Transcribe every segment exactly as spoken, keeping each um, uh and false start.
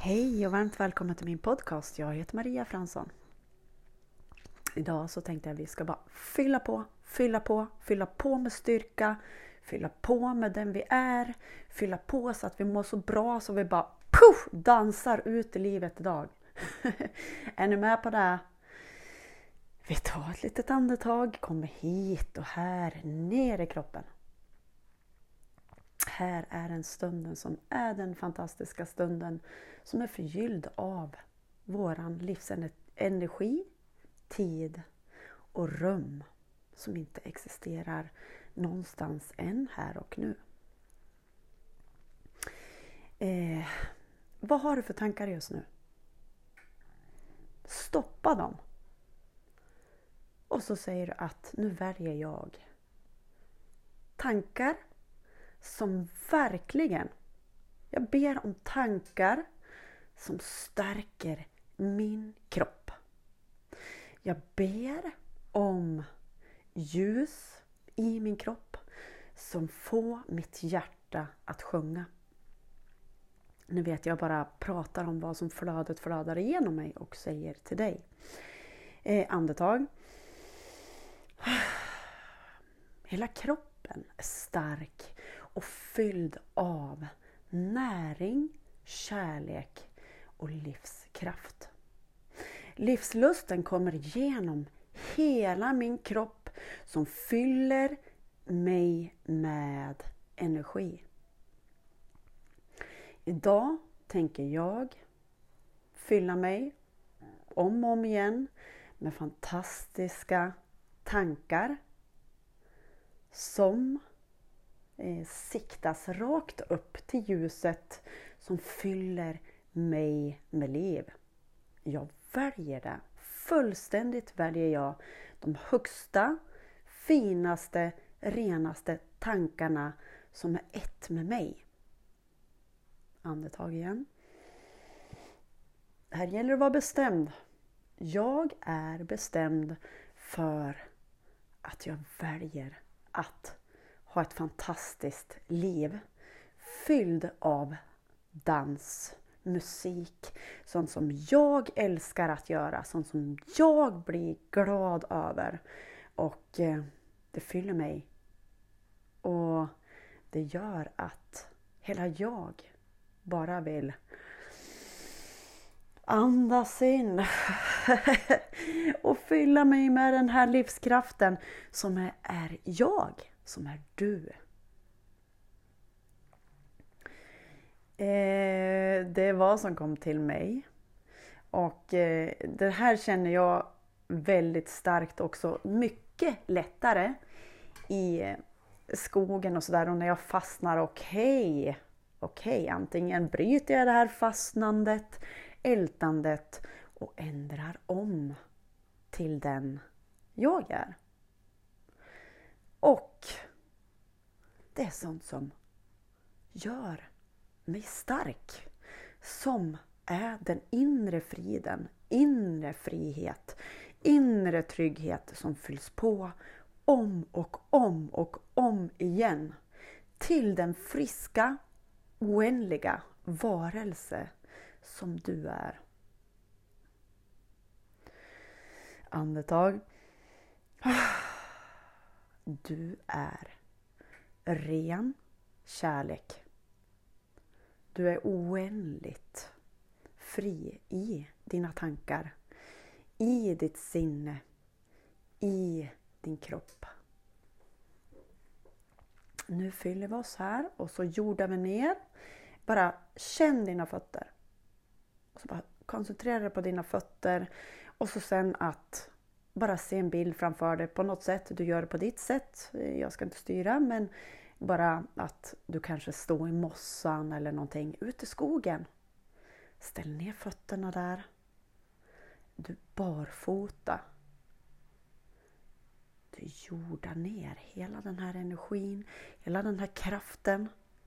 Hej och varmt välkommen till min podcast. Jag heter Maria Fransson. Idag så tänkte jag att vi ska bara fylla på, fylla på, fylla på med styrka, fylla på med den vi är, fylla på så att vi mår så bra så vi bara puff, dansar ut i livet idag. Är ni med på det? Vi tar ett litet andetag, kommer hit och här, ner i kroppen. Här är den stunden som är den fantastiska stunden som är förgylld av våran livsenergi, tid och rum som inte existerar någonstans än här och nu. Eh, vad har du för tankar just nu? Stoppa dem. Och så säger du att nu väljer jag. Tankar som verkligen, jag ber om tankar som stärker min kropp. Jag ber om ljus i min kropp som får mitt hjärta att sjunga. Nu vet jag bara pratar om vad som flödet flödar igenom mig och säger till dig. Eh, andetag. Hela kroppen är stark och fylld av näring, kärlek och livskraft. Livslusten kommer genom hela min kropp som fyller mig med energi. Idag tänker jag fylla mig om och om igen med fantastiska tankar som eh, siktas rakt upp till ljuset som fyller mig med liv. Jag väljer det. Fullständigt väljer jag de högsta, finaste, renaste tankarna som är ett med mig. Andetag igen. Här gäller det att vara bestämd. Jag är bestämd för att jag väljer att ha ett fantastiskt liv fylld av dans, musik, sånt som jag älskar att göra, sånt som jag blir glad över och eh, det fyller mig och det gör att hela jag bara vill andas in och fylla mig med den här livskraften som är, är jag, som är du. Eh, det var som kom till mig och eh, det här känner jag väldigt starkt också, mycket lättare i skogen och sådär, och när jag fastnar, okej, okay, okej, okay, antingen bryter jag det här fastnandet, ältandet och ändrar om till den jag är. Och det är sånt som gör mig stark, som är den inre friden, inre frihet, inre trygghet som fylls på om och om och om igen till den friska, oändliga varelse som du är. Andetag. Du är ren kärlek. Du är oändligt fri i dina tankar, i ditt sinne, i din kropp. Nu fyller vi oss här och så jordar vi ner. Bara känn dina fötter. Och så bara koncentrera dig på dina fötter. Och så sen att bara se en bild framför dig på något sätt. Du gör det på ditt sätt. Jag ska inte styra, men bara att du kanske står i mossan eller någonting ute i skogen. Ställ ner fötterna där. Du barfota. Du jordar ner hela den här energin, hela den här kraften.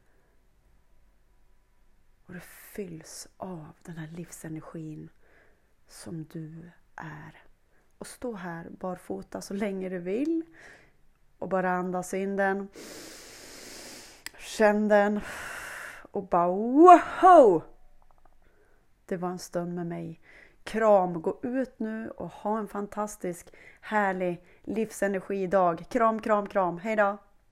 Och du fylls av den här livsenergin som du är. Och stå här barfota så länge du vill. Och bara andas in den. Känn den. Och bara wow! det var en stund med mig. Kram, gå ut nu och ha en fantastisk, härlig livsenergi idag. Kram, kram, kram. Hej då!